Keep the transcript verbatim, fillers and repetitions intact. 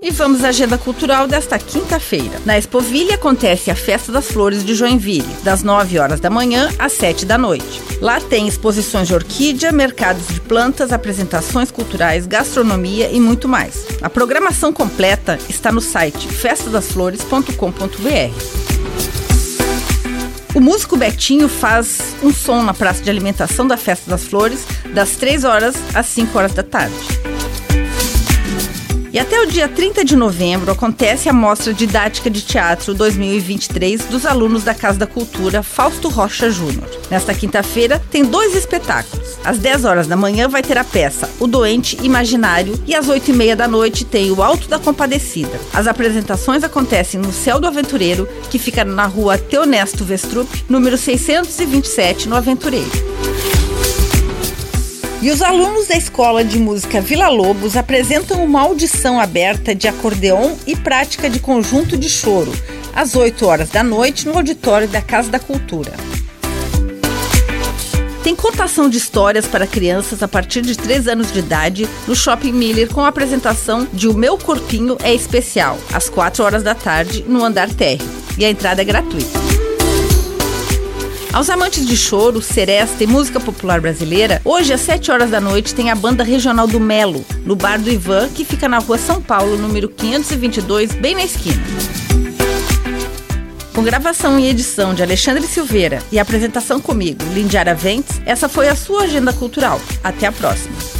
E vamos à agenda cultural desta quinta-feira. Na Expovilha acontece a Festa das Flores de Joinville, das nove horas da manhã às sete da noite. Lá tem exposições de orquídea, mercados de plantas, apresentações culturais, gastronomia e muito mais. A programação completa está no site festa das flores ponto com ponto b r. O músico Betinho faz um som na praça de alimentação da Festa das Flores, das três horas às cinco horas da tarde. E até o dia trinta de novembro acontece a Mostra Didática de Teatro dois mil e vinte e três dos alunos da Casa da Cultura Fausto Rocha Júnior. Nesta quinta-feira tem dois espetáculos. Às dez horas da manhã vai ter a peça O Doente Imaginário e às oito e meia da noite tem o Alto da Compadecida. As apresentações acontecem no Céu do Aventureiro, que fica na rua Teonesto Vestrup, número seiscentos e vinte e sete, no Aventureiro. E os alunos da Escola de Música Vila Lobos apresentam uma audição aberta de acordeon e prática de conjunto de choro, às oito horas da noite, no auditório da Casa da Cultura. Tem contação de histórias para crianças a partir de três anos de idade no Shopping Miller, com a apresentação de O Meu Corpinho é Especial, às quatro horas da tarde, no andar térreo. E a entrada é gratuita. Aos amantes de choro, seresta e música popular brasileira, hoje às sete horas da noite tem a Banda Regional do Melo, no Bar do Ivan, que fica na rua São Paulo, número quinhentos e vinte e dois, bem na esquina. Com gravação e edição de Alexandre Silveira e apresentação comigo, Lindiara Ventes, essa foi a sua Agenda Cultural. Até a próxima!